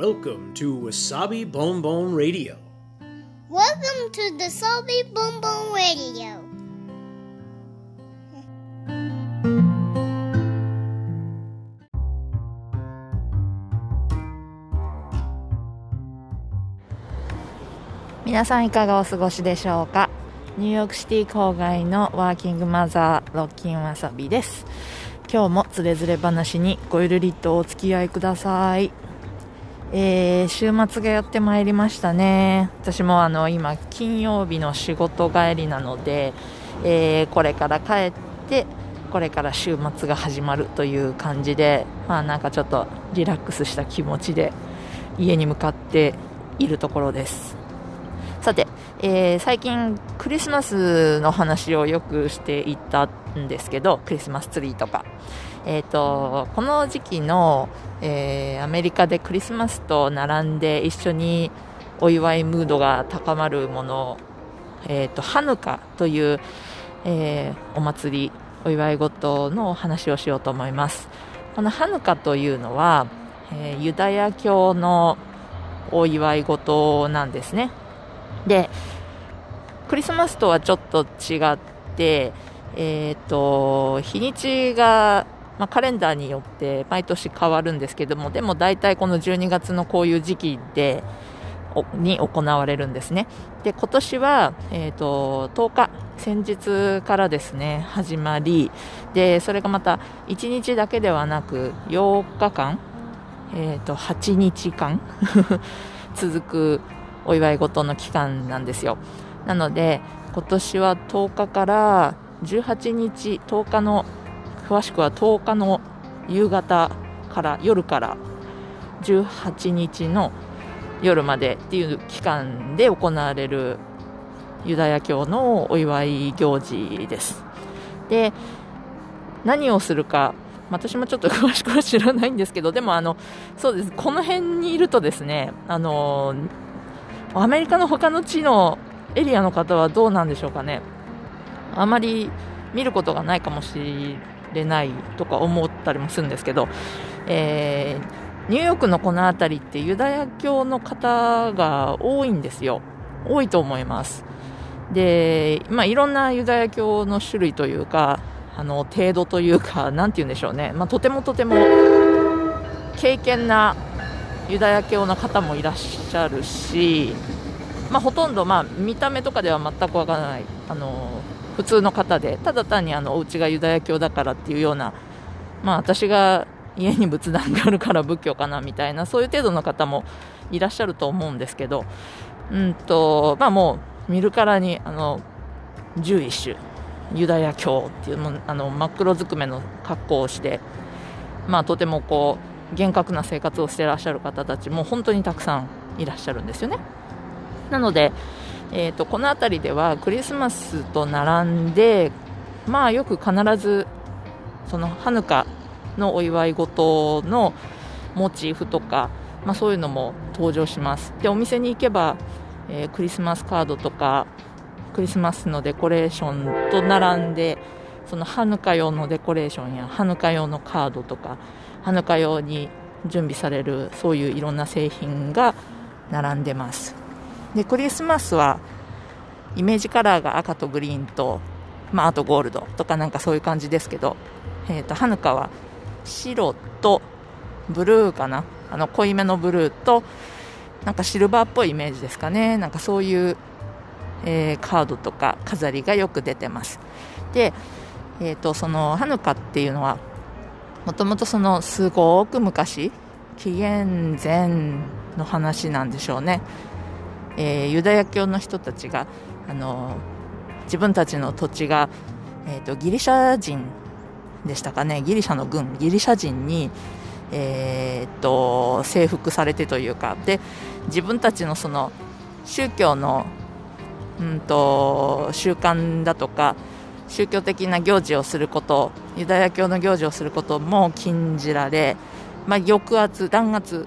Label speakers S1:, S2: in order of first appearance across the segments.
S1: Welcome to Wasabi Bonbon Radio.
S2: Welcome to the Wasabi Bonbon Radio.
S3: 皆さんいかがお過ごしでしょうか。ニューヨークシティ郊外のワーキングマザーロッキンわさびです。今日もつれづれ話にごゆるりとお付き合いください。週末がやってまいりましたね。私も今金曜日の仕事帰りなので、これから帰ってこれから週末が始まるという感じで、なんかちょっとリラックスした気持ちで家に向かっているところです。さて、最近クリスマスの話をよくしていたんですけど、クリスマスツリーとか、この時期の、アメリカでクリスマスと並んで一緒にお祝いムードが高まるもの、ハヌカという、お祭りお祝い事の話をしようと思います。このハヌカというのは、ユダヤ教のお祝い事なんですね。で、クリスマスとはちょっと違って、日にちが、カレンダーによって毎年変わるんですけども、でも大体この12月のこういう時期に行われるんですね。で、今年は、10日先日からですね始まり、でそれがまた1日だけではなく8日間、8日間続くお祝い事の期間なんですよ。なので今年は10日から18日、10日の詳しくは10日の夕方から夜から18日の夜までっていう期間で行われるユダヤ教のお祝い行事です。で、何をするか私もちょっと詳しくは知らないんですけど、でもそうです、この辺にいるとですね、アメリカの他の地のエリアの方はどうなんでしょうかね。あまり見ることがないかもしれないとか思ったりもするんですけど、ニューヨークのこの辺りってユダヤ教の方が多いんですよ。多いと思います。で、いろんなユダヤ教の種類というか程度というか、なんて言うんでしょうね、とても敬虔なユダヤ教の方もいらっしゃるし、ほとんど見た目とかでは全くわからない普通の方で、ただ単にお家がユダヤ教だからっていうような、私が家に仏壇があるから仏教かなみたいな、そういう程度の方もいらっしゃると思うんですけど、もう見るからに11種ユダヤ教っていう真っ黒ずくめの格好をして、とても厳格な生活をしていらっしゃる方たちも本当にたくさんいらっしゃるんですよね。なので、この辺りではクリスマスと並んで、よく必ずそのハヌカのお祝い事のモチーフとか、そういうのも登場します。で、お店に行けば、クリスマスカードとかクリスマスのデコレーションと並んで、そのハヌカ用のデコレーションやハヌカ用のカードとかハヌカ用に準備されるそういういろんな製品が並んでます。で、クリスマスはイメージカラーが赤とグリーンと、あとゴールドとかなんかそういう感じですけど、ハヌカは白とブルーかな、濃いめのブルーとなんかシルバーっぽいイメージですかね。なんかそういう、カードとか飾りがよく出てます。で、そのハヌカっていうのはもともとすごく昔、紀元前の話なんでしょうね。ユダヤ教の人たちが自分たちの土地が、ギリシャ人でしたかね、ギリシャの軍ギリシャ人に、征服されてというかで、自分たちのその宗教の、習慣だとか宗教的な行事をすること、ユダヤ教の行事をすることも禁じられ、弾圧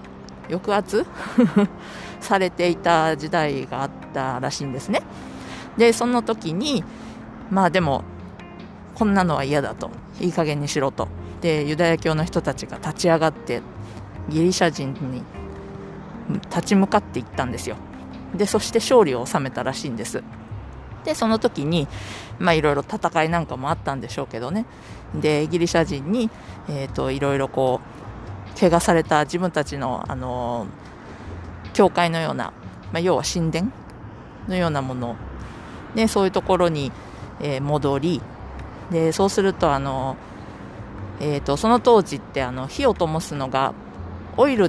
S3: されていた時代があったらしいんですね。で、その時にでもこんなのは嫌だと、いい加減にしろと、でユダヤ教の人たちが立ち上がってギリシャ人に立ち向かっていったんですよ。でそして勝利を収めたらしいんです。でその時にいろいろ戦いなんかもあったんでしょうけどね。でギリシャ人に、いろいろこう怪我された自分たちの、教会のような、要は神殿のようなものでそういうところに、戻り、でそうするとその当時って火を灯すのがオイル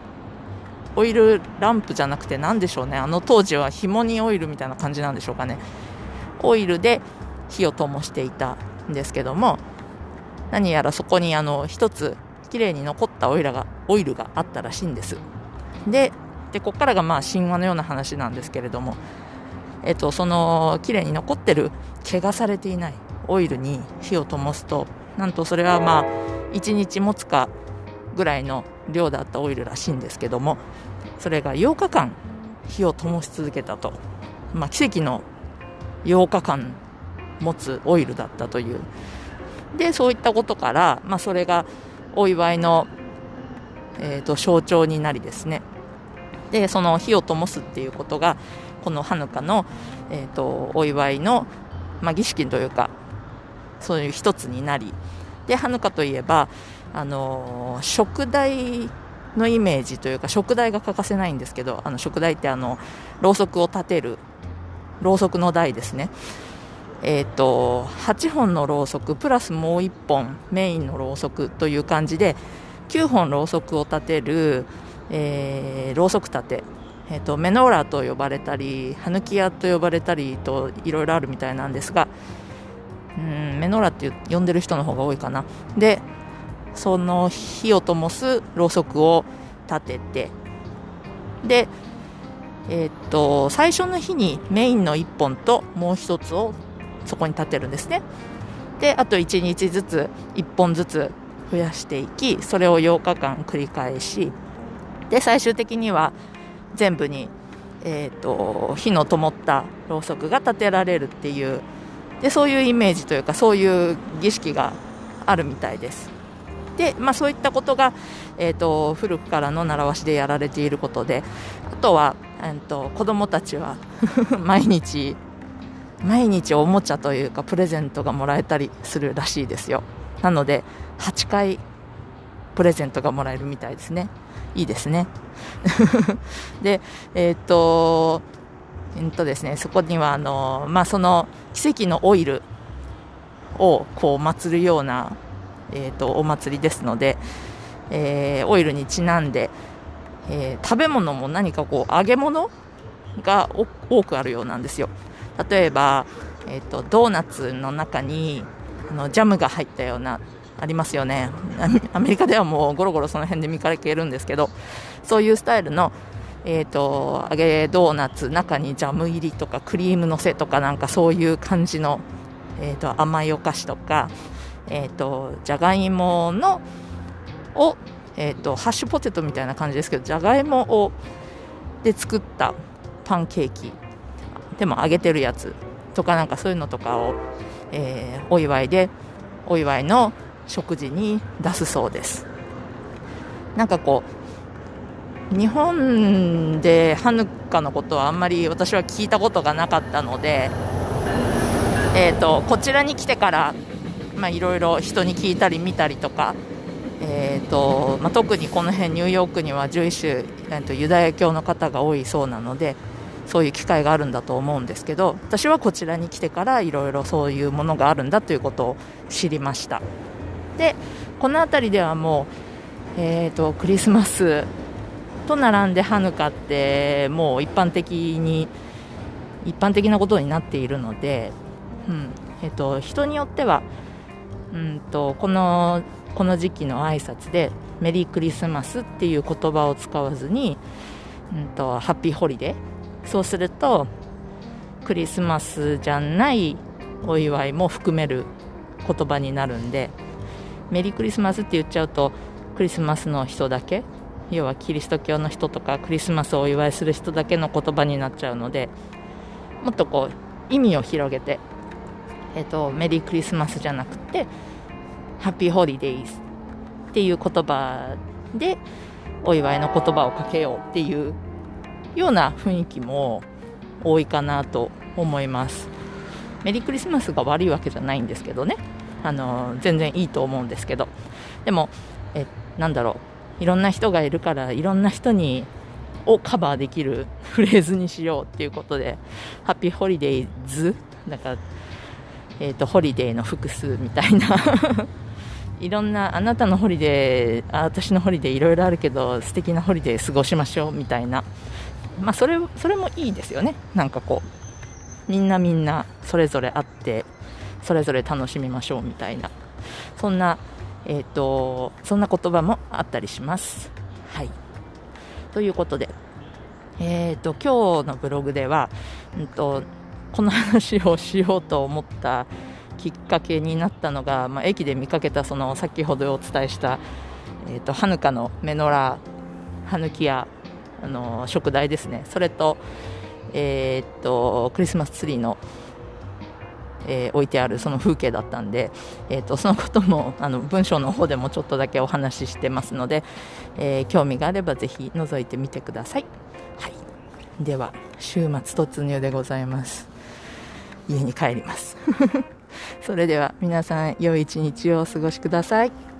S3: ランプじゃなくて何でしょうね、当時は紐にオイルみたいな感じなんでしょうかね。オイルで火を灯していたんですけども、何やらそこに一つきれいに残ったオイルがあったらしいんです。でここからが神話のような話なんですけれども、そのきれいに残ってる怪我されていないオイルに火を灯すと、なんとそれは1日持つかぐらいの量だったオイルらしいんですけども、それが8日間火を灯し続けたと、奇跡の8日間持つオイルだったという。でそういったことから、それがお祝いの、象徴になりですね。でその火を灯すっていうことがこのハヌカの、お祝いの、儀式というかそういう一つになり、でハヌカといえば食台のイメージというか、食台が欠かせないんですけど、食台ってろうそくを立てるろうそくの台ですね。8本のろうそくプラスもう1本メインのろうそくという感じで9本ろうそくを立てる、ろうそく立て、メノーラと呼ばれたりハヌキヤと呼ばれたりといろいろあるみたいなんですが、メノーラって呼んでる人の方が多いかな。でその火を灯すろうそくを立てて、で最初の日にメインの1本ともう1つをそこに立てるんですね。であと1日ずつ1本ずつ増やしていき、それを8日間繰り返し、で最終的には全部に、火の灯ったろうそくが立てられるっていう、でそういうイメージというかそういう儀式があるみたいです。で、そういったことが、古くからの習わしでやられていることで、あとは、子どもたちは毎日おもちゃというかプレゼントがもらえたりするらしいですよ。なので8回プレゼントがもらえるみたいですね。いいですねでですね、そこにはその奇跡のオイルをこう祀るようなお祭りですので、オイルにちなんで、食べ物も何かこう揚げ物が多くあるようなんですよ。例えば、ドーナツの中にジャムが入ったようなありますよね。アメリカではもうゴロゴロその辺で見かけるんですけど、そういうスタイルの、揚げドーナツ、中にジャム入りとかクリームのせとかなんかそういう感じの、甘いお菓子とか、じゃがいものを、ハッシュポテトみたいな感じですけど、じゃがいもで作ったパンケーキでも揚げてるやつとかなんかそういうのとかを、お祝いの食事に出すそうです。なんかこう日本でハヌカのことはあんまり私は聞いたことがなかったので、こちらに来てからいろいろ人に聞いたり見たりとか、特にこの辺ニューヨークには11種、ユダヤ教の方が多いそうなので、そういう機会があるんだと思うんですけど、私はこちらに来てからいろいろそういうものがあるんだということを知りました。でこの辺りではもう、クリスマスと並んでハヌカってもう一般的なことになっているので、人によってはこの時期の挨拶でメリークリスマスっていう言葉を使わずに、ハッピーホリデー、そうするとクリスマスじゃないお祝いも含める言葉になるんで、メリークリスマスって言っちゃうとクリスマスの人だけ、要はキリスト教の人とかクリスマスをお祝いする人だけの言葉になっちゃうので、もっとこう意味を広げて、メリークリスマスじゃなくてハッピーホリデイズっていう言葉で、 お祝いの言葉をかけようっていうような雰囲気も多いかなと思います。メリークリスマスが悪いわけじゃないんですけどね、全然いいと思うんですけど、でもいろんな人がいるからいろんな人をカバーできるフレーズにしようっていうことで、ハッピーホリデイズだから、ホリデーの複数みたいないろんなあなたのホリデー、私のホリデーいろいろあるけど素敵なホリデー過ごしましょうみたいな、それもいいですよね。みんなそれぞれあってそれぞれ楽しみましょうみたいな、そんな言葉もあったりします。はい。ということで、今日のブログでは、この話をしようと思ったきっかけになったのが、駅で見かけた先ほどお伝えした、ハヌカのメノラハヌキ屋食材ですね。それと、クリスマスツリーの置いてあるその風景だったんで、そのことも文章の方でもちょっとだけお話ししてますので、興味があればぜひ覗いてみてください。はい、では週末突入でございます。家に帰りますそれでは皆さん良い一日をお過ごしください。